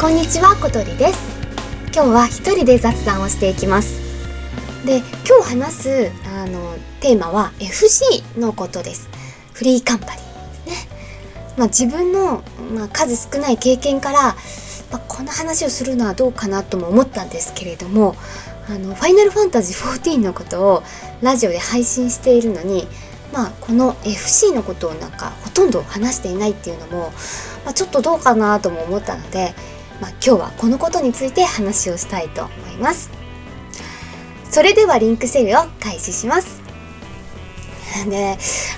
こんにちは、小鳥です。今日は一人で雑談をしていきます。で、今日話すテーマは FC のことです。フリーカンパニーですね。自分の、数少ない経験から、この話をするのはどうかなとも思ったんですけれども、ファイナルファンタジー14のことをラジオで配信しているのに、この FC のことをほとんど話していないっていうのも、ちょっとどうかなとも思ったので、今日はこのことについて話をしたいと思います。それではリンクシェアを開始します。で、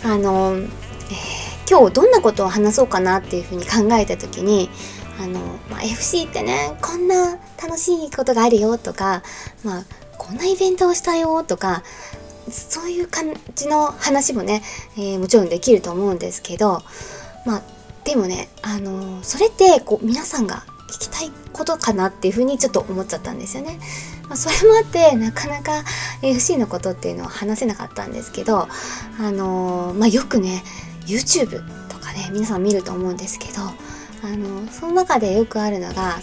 今日どんなことを話そうかなっていうふうに考えた時に、FC ってね、こんな楽しいことがあるよとか、こんなイベントをしたよとか、そういう感じの話もね、もちろんできると思うんですけど、でもね、それって皆さんが聞きたいことかなっていうふうにちょっと思っちゃったんですよね。それもあってなかなか FC のことっていうのは話せなかったんですけど、よくね YouTube とかね皆さん見ると思うんですけど、その中でよくあるのが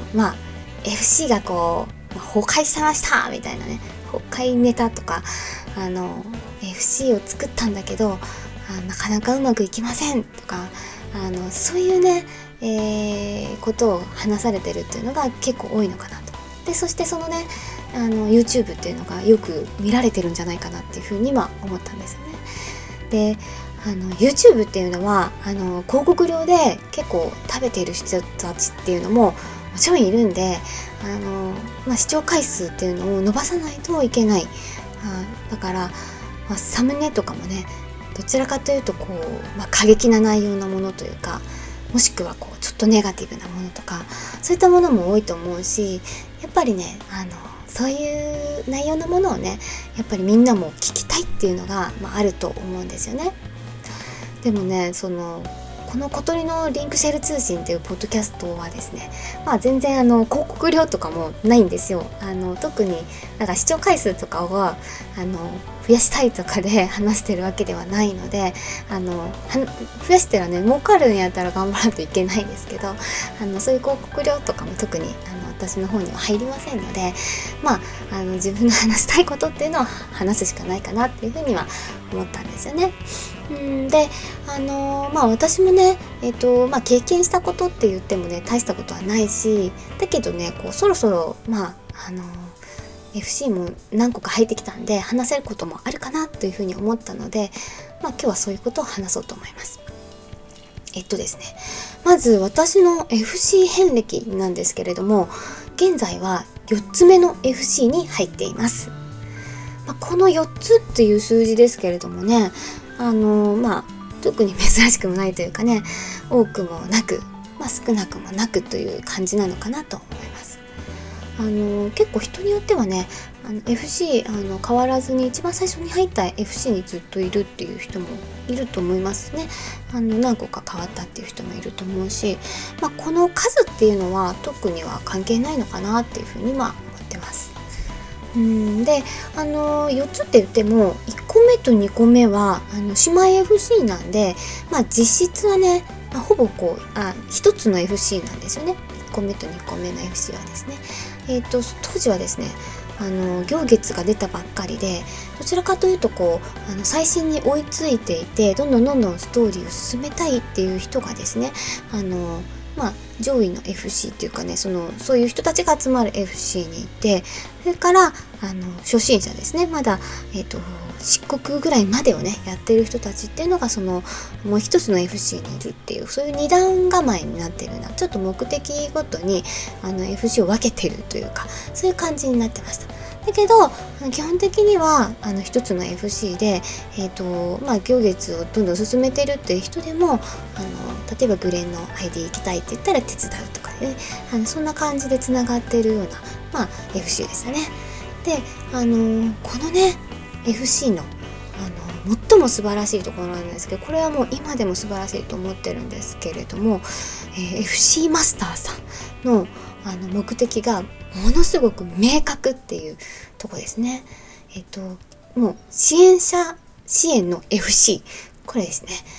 FC が崩壊しましたみたいなね、崩壊ネタとか、FC を作ったんだけどなかなかうまくいきませんとか、そういうね、ことを話されてるっていうのが結構多いのかなと。で、そしてそのねYouTube っていうのがよく見られてるんじゃないかなっていうふうに思ったんですよね。で、YouTube っていうのは広告料で結構食べている人たちっていうのももちろんいるんで、視聴回数っていうのを伸ばさないといけない。だから、サムネとかもねどちらかというと過激な内容なものというか、もしくはちょっとネガティブなものとか、そういったものも多いと思うし、やっぱりねそういう内容のものをねやっぱりみんなも聞きたいっていうのが、あると思うんですよね。でもねこの小鳥のリンクシェル通信っていうポッドキャストはですね、全然広告料とかもないんですよ。特に視聴回数とかは増やしたいとかで話してるわけではないので、増やしたらね儲かるんやったら頑張らないといけないんですけど、そういう広告料とかも特に私の方には入りませんので、自分の話したいことっていうのは話すしかないかなっていうふうには思ったんですよね。で、私もね、経験したことって言ってもね大したことはないし、だけどねそろそろFC も何個か入ってきたんで話せることもあるかなというふうに思ったので、今日はそういうことを話そうと思います。ですね、まず私の FC 遍歴なんですけれども、現在は4つ目の FC に入っています。この4つっていう数字ですけれどもね、特に珍しくもないというかね、多くもなく、少なくもなくという感じなのかなと思います。結構人によってはねFC 変わらずに一番最初に入った FC にずっといるっていう人もいると思いますね。何個か変わったっていう人もいると思うし、この数っていうのは特には関係ないのかなっていうふうに思ってます。で4つって言っても1個目と2個目は姉妹 FC なんで、実質はね、ほぼ1つの FC なんですよね。1個目と2個目の FC はですね、当時はですね行月が出たばっかりで、どちらかというと最新に追いついていて、どんどんストーリーを進めたいっていう人がですね上位の FC っていうかね、そういう人たちが集まる FC にいて、それから初心者ですね、まだ漆黒ぐらいまでをねやってる人たちっていうのがもう一つの FC にいるっていう、そういう二段構えになってるような、ちょっと目的ごとにFC を分けてるというか、そういう感じになってました。だけど基本的には一つの FC で、行月をどんどん進めてるっていう人でも例えばグレンの ID 行きたいって言ったら手伝うとかで、そんな感じでつながってるような、FC でしたね。でこのね FC の最も素晴らしいところなんですけど、これはもう今でも素晴らしいと思ってるんですけれども、FC マスターさんの目的がものすごく明確っていうとこですね。もう支援の FC、 これですね。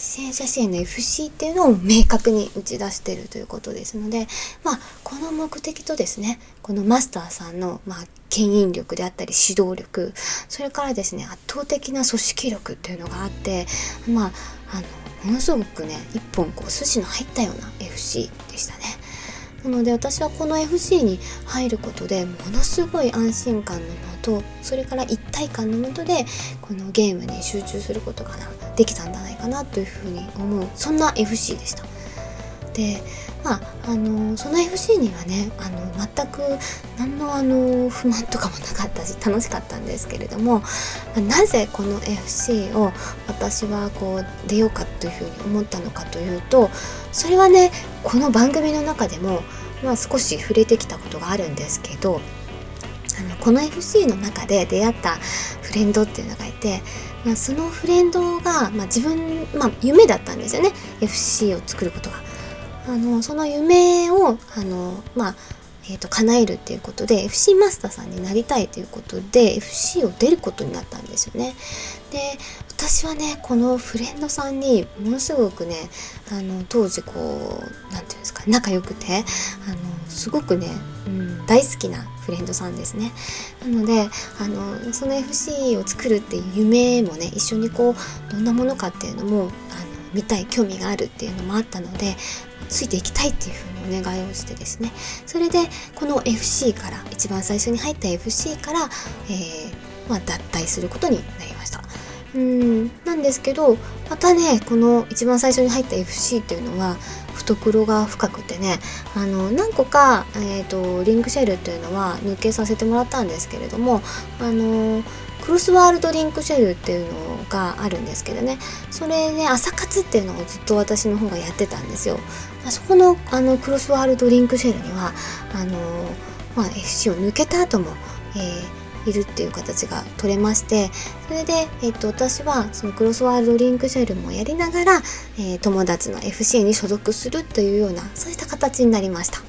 支援者支援の FC っていうのを明確に打ち出しているということですので、この目的とですね、このマスターさんの牽引力であったり指導力、それからですね圧倒的な組織力っていうのがあって、ものすごくね一本筋の入ったような FC でしたね。なので私はこの FC に入ることでものすごい安心感のもと、それから一体感のもとでこのゲームに集中することができたんじゃないかなというふうに思う、そんな FC でした。でその FC にはね全く何の不満とかもなかったし楽しかったんですけれども、なぜこの FC を私は出ようかというふうに思ったのかというと、それはねこの番組の中でも少し触れてきたことがあるんですけど、この FC の中で出会ったフレンドっていうのがいて、そのフレンドが、自分、夢だったんですよね、 FC を作ることが。その夢を叶えるっていうことで FC マスターさんになりたいということで FC を出ることになったんですよね。で私はねこのフレンドさんにものすごくね当時なんていうんですか、仲良くてすごくね、大好きなフレンドさんですね。なのでその FC を作るっていう夢もね一緒にどんなものかっていうのも見たい、興味があるっていうのもあったのでついていきたいっていうふうにお願いをしてですね、それでこの FC から一番最初に入った FC から、脱退することになりました。なんですけどまたねこの一番最初に入った FC っていうのは懐が深くてね、何個か、リンクシェルっていうのは抜けさせてもらったんですけれども、クロスワールドリンクシェルっていうのがあるんですけどね、それね朝活っていうのをずっと私の方がやってたんですよ。そこのクロスワールドリンクシェルにはFC を抜けた後も、いるっていう形が取れまして、それで、私はそのクロスワールドリンクシェルもやりながら、友達の FC に所属するというようなそういった形になりました。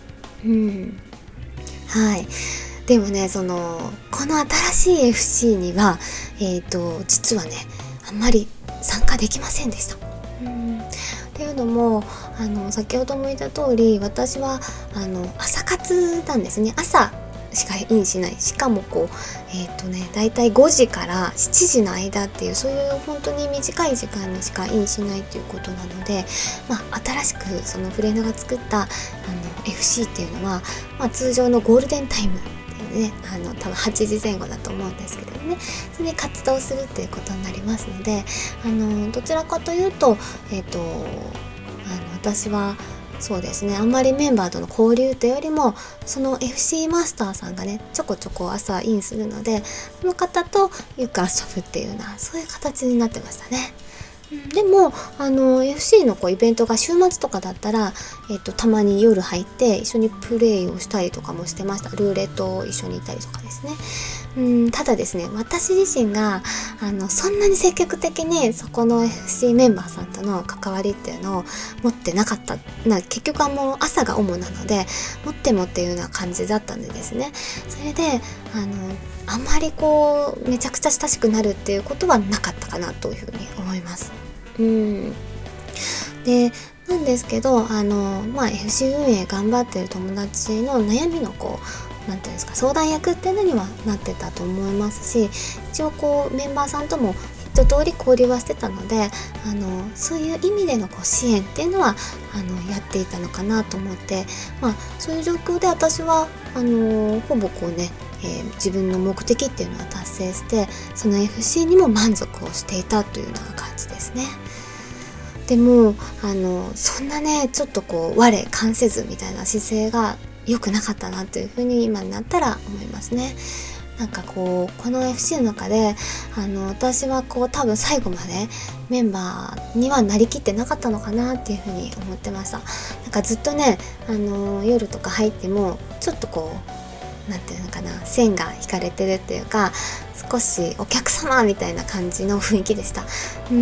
はい。でもねこの新しい FC には実はねあんまり参加できませんでした。っていうのも先ほども言った通り私は朝活なんですね。朝しかインしない、しかもだいたい5時から7時の間っていうそういう本当に短い時間にしかインしないということなので、新しくそのフレンドが作ったFC っていうのは、通常のゴールデンタイム多分8時前後だと思うんですけどね、それで活動するっていうことになりますのでどちらかというと私はそうですねあんまりメンバーとの交流というよりもその FC マスターさんがねちょこちょこ朝インするのでその方とよく遊ぶっていうようなそういう形になってましたね。でもFC のイベントが週末とかだったら、たまに夜入って一緒にプレイをしたりとかもしてました。ルーレットを一緒にいたりとかですね。ただですね私自身がそんなに積極的にそこの FC メンバーさんとの関わりっていうのを持ってなかった結局は朝が主なので持ってもっていうような感じだったんでですね、それであんまりめちゃくちゃ親しくなるっていうことはなかったかなというふうに思います。でなんですけどFC 運営頑張ってる友達の悩みのなんていうんですか相談役っていうのにはなってたと思いますし、一応メンバーさんとも一通り交流はしてたのでそういう意味での支援っていうのはやっていたのかなと思って、そういう状況で私はほぼ自分の目的っていうのは達成してその FC にも満足をしていたというような感じですね。でもそんなねちょっと我関せずみたいな姿勢が良くなかったなというふうに今になったら思いますね。この FC の中で私は多分最後までメンバーにはなりきってなかったのかなっていうふうに思ってました。ずっとね夜とか入ってもちょっとなんていうのかな線が引かれてるっていうか少しお客様みたいな感じの雰囲気でした。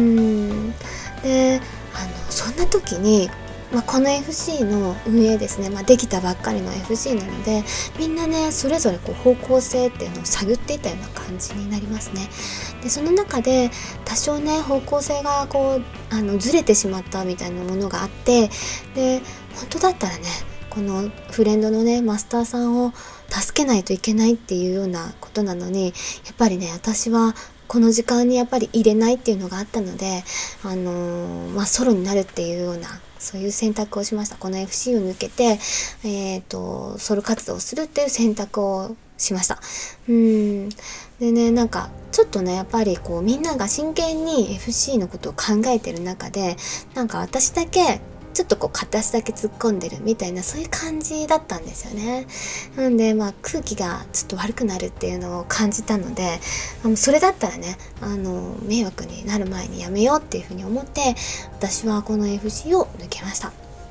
でそんな時に、この FC の運営ですね、できたばっかりの FC なのでみんなねそれぞれ方向性っていうのを探っていたような感じになりますね。でその中で多少ね方向性がずれてしまったみたいなものがあって、で本当だったらねこのフレンドのねマスターさんを助けないといけないっていうようなことなのに、やっぱりね私はこの時間にやっぱり入れないっていうのがあったので、ソロになるっていうようなそういう選択をしました。この FC を抜けて、ソロ活動をするっていう選択をしました。でね、なんかちょっとねやっぱりこうみんなが真剣に FC のことを考えてる中で、なんか私だけちょっとこう片足だけ突っ込んでるみたいな、そういう感じだったんですよね。なんで空気がちょっと悪くなるっていうのを感じたので、それだったらね迷惑になる前にやめようっていうふうに思って、私はこの FC を抜けました。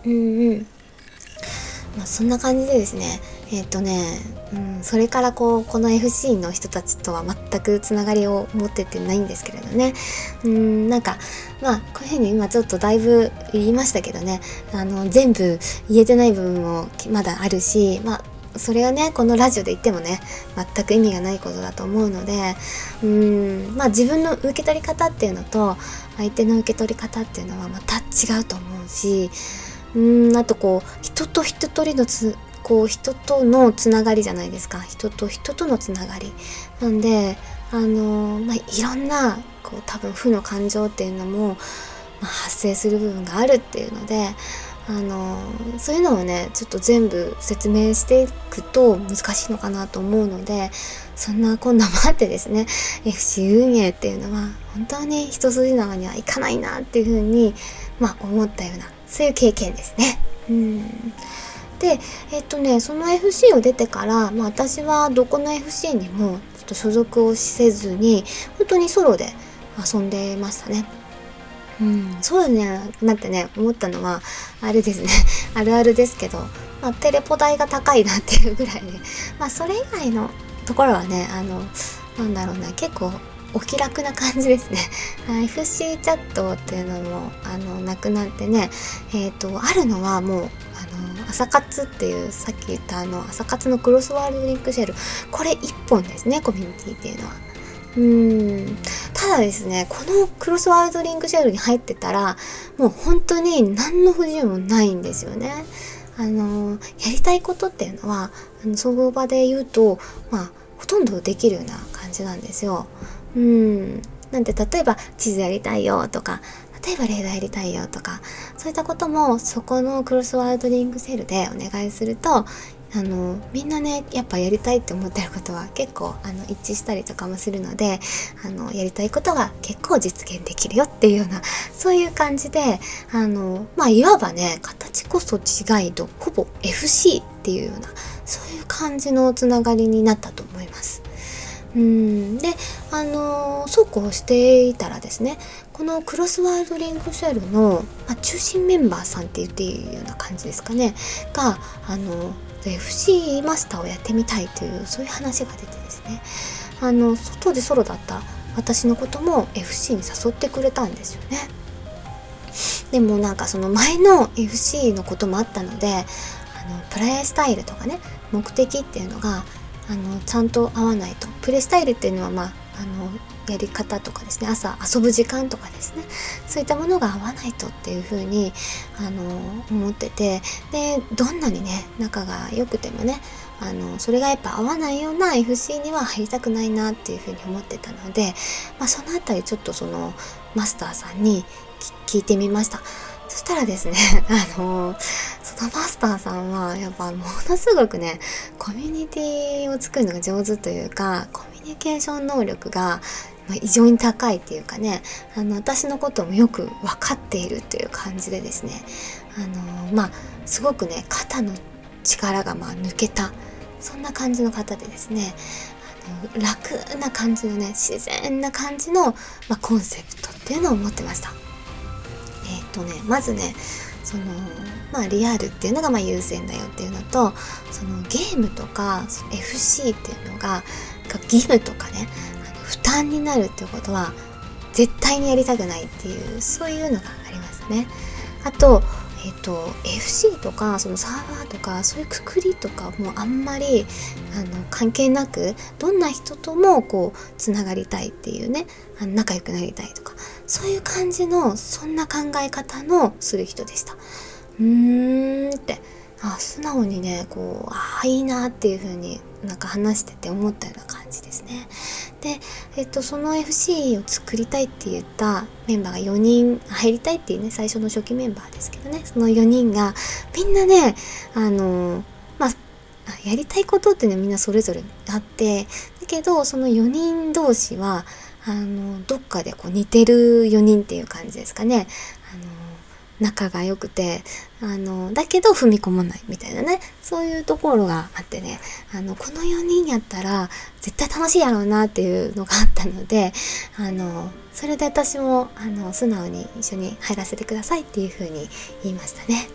そんな感じでですね、それからこの FC の人たちとは全くつながりを持ってってないんですけれどね。なんかこういうふうに今ちょっとだいぶ言いましたけどね、全部言えてない部分もまだあるし、それはねこのラジオで言ってもね全く意味がないことだと思うので、自分の受け取り方っていうのと相手の受け取り方っていうのはまた違うと思うし、あとこう人と人とのつながりじゃないですか。人と人とのつながりなんで、いろんな多分負の感情っていうのも、発生する部分があるっていうので、そういうのをねちょっと全部説明していくと難しいのかなと思うので、そんなこんなもあってですね FC 運営っていうのは本当に一筋縄にはいかないなっていうふうに思ったような、そういう経験ですね。でその FC を出てから、私はどこの FC にもちょっと所属をせずに本当にソロで遊んでましたね。そうねなってね思ったのはあれですねあるあるですけど、テレポ代が高いなっていうぐらいで、それ以外のところはね結構お気楽な感じですね。FC チャットっていうのもなくなってね、あるのはもう朝活っていう、さっき言った朝活のクロスワールドリンクシェル、これ一本ですね、コミュニティっていうのは。ただですね、このクロスワールドリンクシェルに入ってたらもう本当に何の不自由もないんですよね。やりたいことっていうのはその場で言うとほとんどできるような感じなんですよ。なんで例えば地図やりたいよとか、例えばレーダーやりたいよとか、そういったこともそこのクロスワールドリングセルでお願いするとみんなねやっぱやりたいって思ってることは結構一致したりとかもするので、やりたいことが結構実現できるよっていうような、そういう感じでいわばね形こそ違いどほぼ FC っていうような、そういう感じのつながりになったと思います。でそうこうしていたらですね、このクロスワールドリンクシェルの、中心メンバーさんって言っていいような感じですかねがFC マスターをやってみたいという、そういう話が出てですね、当時ソロだった私のことも FC に誘ってくれたんですよね。でもその前の FC のこともあったのでプレイスタイルとかね目的っていうのがちゃんと合わないと、プレイスタイルっていうのはやり方とかですね、朝遊ぶ時間とかですね、そういったものが合わないとっていうふうに思ってて、でどんなにね仲が良くてもねそれがやっぱ合わないような FC には入りたくないなっていうふうに思ってたので、そのあたりちょっとそのマスターさんに聞いてみました。そしたらですねそのマスターさんはやっぱものすごくねコミュニティを作るのが上手というか、コミュニケーション能力が異常に高いっていうかね、私のこともよく分かっているという感じでですね、すごくね肩の力が抜けた、そんな感じの方でですね、楽な感じのね自然な感じの、コンセプトっていうのを持ってました。まずねリアルっていうのが優先だよっていうのと、そのゲームとかFC っていうのが義務とかね負担になるっていうことは絶対にやりたくないっていう、そういうのがありますね。あと、 FC とかそのサーバーとかそういうくくりとかもあんまり関係なく、どんな人ともこうつながりたいっていうね、仲良くなりたいとか、そういう感じの、そんな考え方のする人でした。って素直にね、こういいなっていう風になんか話してて思ったような感じですね。で、その FC を作りたいって言ったメンバーが4人入りたいっていうね、最初の初期メンバーですけどね、その4人がみんなね、やりたいことっていうのはみんなそれぞれあって、だけどその4人同士はどっかでこう似てる4人っていう感じですかね。仲が良くてだけど踏み込まないみたいなね、そういうところがあってね、この4人やったら絶対楽しいやろうなっていうのがあったので、それで私も素直に一緒に入らせてくださいっていう風に言いましたね。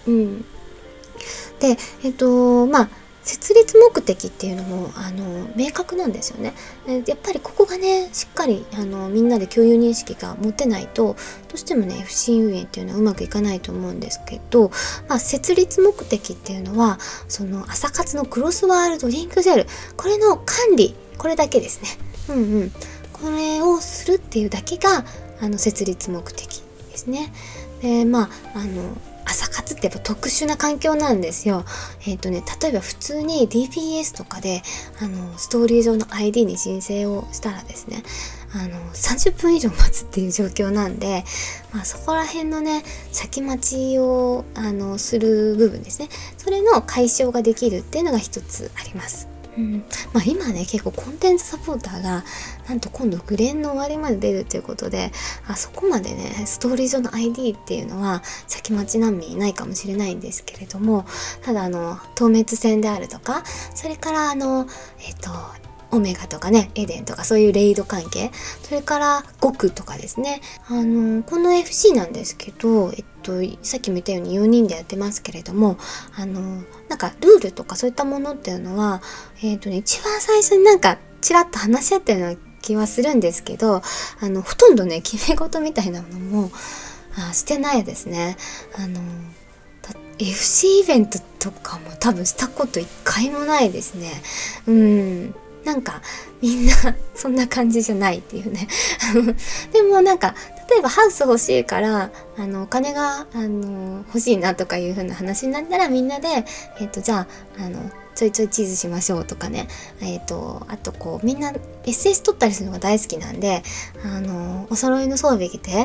で、設立目的っていうのも明確なんですよね。やっぱりここがね、しっかりみんなで共有認識が持てないと、どうしてもね FC 運営っていうのはうまくいかないと思うんですけど、設立目的っていうのはその朝活のクロスワールドリンクセル、これの管理、これだけですね。これをするっていうだけが設立目的ですね。で、朝活ってやっぱ特殊な環境なんですよ。例えば普通に DPS とかでストーリー上の ID に申請をしたらですね、30分以上待つっていう状況なんで、そこら辺のね、先待ちをする部分ですね。それの解消ができるっていうのが一つあります。今ね、結構コンテンツサポーターがなんと今度グレンの終わりまで出るということで、そこまでねストーリー上の ID っていうのは先待ち難民いないかもしれないんですけれども、ただ透滅戦であるとか、それからオメガとかね、エデンとかそういうレイド関係、それから極とかですね、この FC なんですけど、さっきも言ったように4人でやってますけれども、なんかルールとかそういったものっていうのは、一番最初になんかちらっと話し合ったような気はするんですけど、ほとんどね、決め事みたいなのもしてないですね。FC イベントとかも多分したこと一回もないですね。なんかみんなそんな感じじゃないっていうねでもなんか例えばハウス欲しいからお金が欲しいなとかいう風な話になったら、みんなでじゃあちょいちょいチーズしましょうとかね、あとこうみんな SS 取ったりするのが大好きなんで、お揃いの装備着て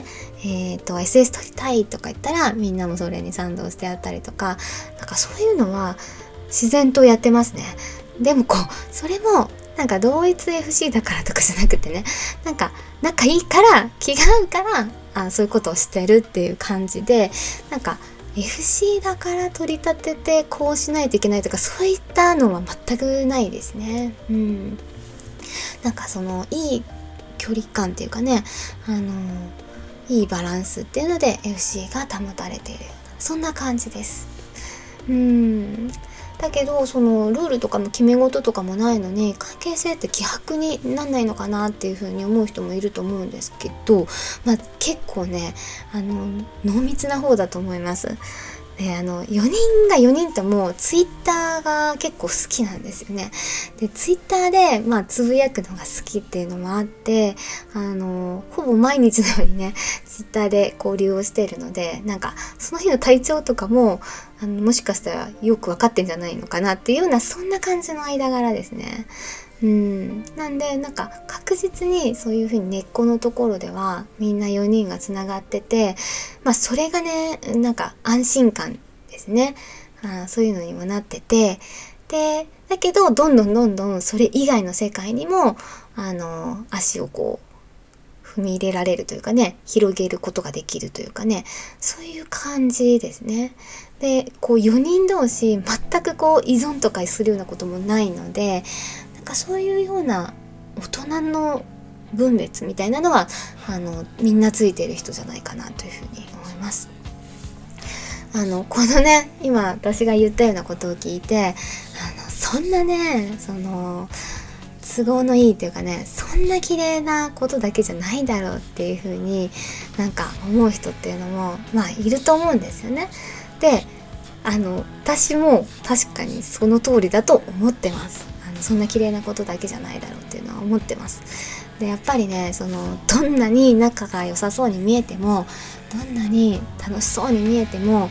SS 取りたいとか言ったら、みんなもそれに賛同してやったりとか、なんかそういうのは自然とやってますね。でもこうそれもなんか同一 FC だからとかじゃなくてね、なんか仲いいから気が合うからそういうことをしてるっていう感じで、なんか FC だから取り立ててこうしないといけないとか、そういったのは全くないですね。なんかそのいい距離感っていうかね、いいバランスっていうので FC が保たれている、そんな感じです。だけどそのルールとかも決め事とかもないのに、関係性って希薄になんないのかなっていう風に思う人もいると思うんですけど、結構ね濃密な方だと思います。で4人が4人ともツイッターが結構好きなんですよね。でツイッターでつぶやくのが好きっていうのもあって、ほぼ毎日のようにねツイッターで交流をしているので、なんかその日の体調とかももしかしたらよく分かってんじゃないのかなっていうような、そんな感じの間柄ですね。なんでなんか確実にそういう風に根っこのところではみんな4人がつながってて、それがねなんか安心感ですね。そういうのにもなってて、でだけどどんどんそれ以外の世界にも足をこう踏み入れられるというかね、広げることができるというかね、そういう感じですね。でこう4人同士全くこう依存とかするようなこともないので、なんかそういうような大人の分別みたいなのはみんなついてる人じゃないかなというふうに思います。このね今私が言ったようなことを聞いてそんなね都合のいいというかね、そんな綺麗なことだけじゃないだろうっていうふうになんか思う人っていうのもいると思うんですよね。で私も確かにその通りだと思ってます。そんな綺麗なことだけじゃないだろうっていうのは思ってます。でやっぱりね、どんなに仲が良さそうに見えても、どんなに楽しそうに見えても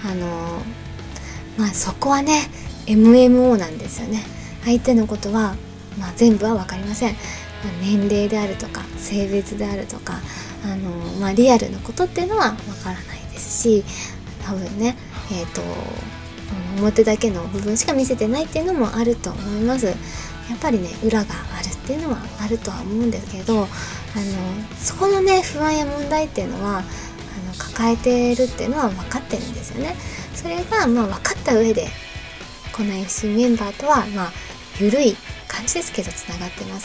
そこはね MMO なんですよね。相手のことは、全部は分かりません。年齢であるとか性別であるとかリアルなことっていうのは分からないですし、多分ね表だけの部分しか見せてないっていうのもあると思います。やっぱりね裏があるっていうのはあるとは思うんですけど、そこのね不安や問題っていうのは抱えてるっていうのは分かってるんですよね。それが分かった上でこの FC メンバーとは緩い感じですけどつながってます。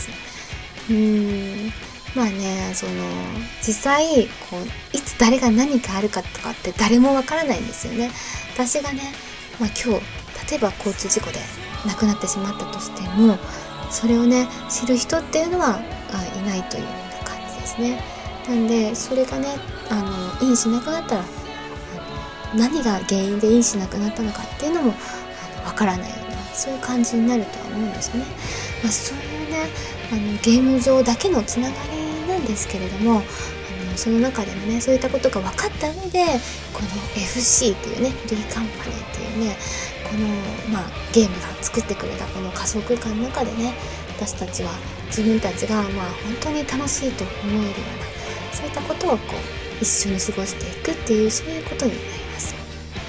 実際いつ誰が何かあるかとかって誰もわからないんですよね。私がね、今日例えば交通事故で亡くなってしまったとしても、それをね知る人っていうのはいないというような感じですね。なんでそれがねインしなくなったら何が原因でインしなくなったのかっていうのもわからないような、そういう感じになるとは思うんですよね。そういうねゲーム上だけのつながりなんですけれども、その中でもねそういったことが分かった上でこの FC っていうねリーカンパニーっていうねこのゲームが作ってくれたこの仮想空間の中でね、私たちは自分たちが本当に楽しいと思えるような、そういったことを一緒に過ごしていくっていう、そういうことになります。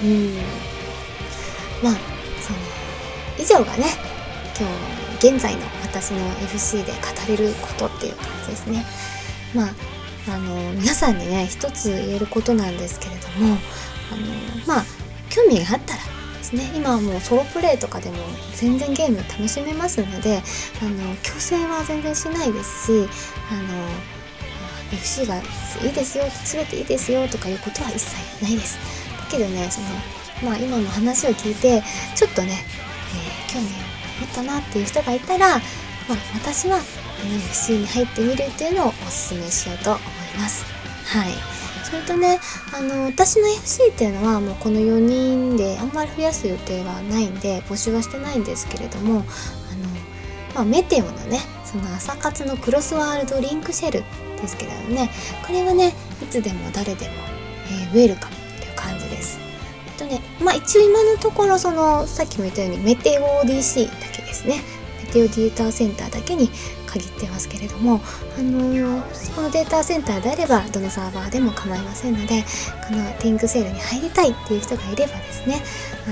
以上がね今日現在の私の FC で語れることっていう感じですね。皆さんにね一つ言えることなんですけれども、興味があったらですね、今はもうソロプレイとかでも全然ゲーム楽しめますので、強制は全然しないですし、FC がいいですよ、全ていいですよとかいうことは一切ないです。だけどね今の話を聞いてちょっとね、興味を持ったなっていう人がいたら、私はFC に入ってみるっていうのをお勧めしようと思います。はい。それとね私の FC っていうのはもうこの4人であんまり増やす予定はないんで募集はしてないんですけれども、メテオのねその朝活のクロスワールドリンクシェルですけれどね、これはねいつでも誰でも、ウェルカムっていう感じです。一応今のところさっきも言ったようにメテオ DC だけですね、メテオデータセンターだけに限ってますけれども、このデータセンターであればどのサーバーでも構いませんので、このリンクセールに入りたいっていう人がいればですね、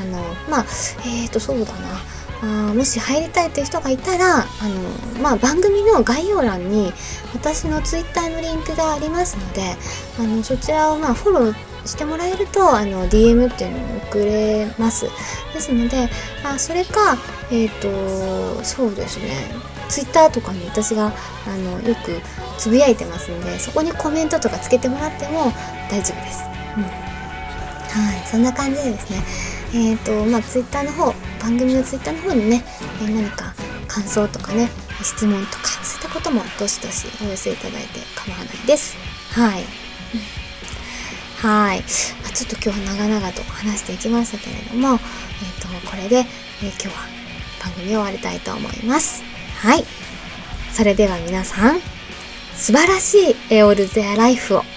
そうだな、もし入りたいっていう人がいたら番組の概要欄に私のツイッターのリンクがありますので、そちらをフォローしてもらえるとDM っていうのを送れます。ですのでそれかそうですね、ツイッターとかに私がよくつぶやいてますので、そこにコメントとかつけてもらっても大丈夫です。はい、そんな感じでですね、ツイッターの方、番組のツイッターの方にね、何か感想とかね、質問とかそういったこともどしどしお寄せいただいて構わないです。はい。はい、ちょっと今日は長々と話していきましたけれども、これで、今日は番組を終わりたいと思います。はい、それでは皆さん素晴らしいエオルゼアライフを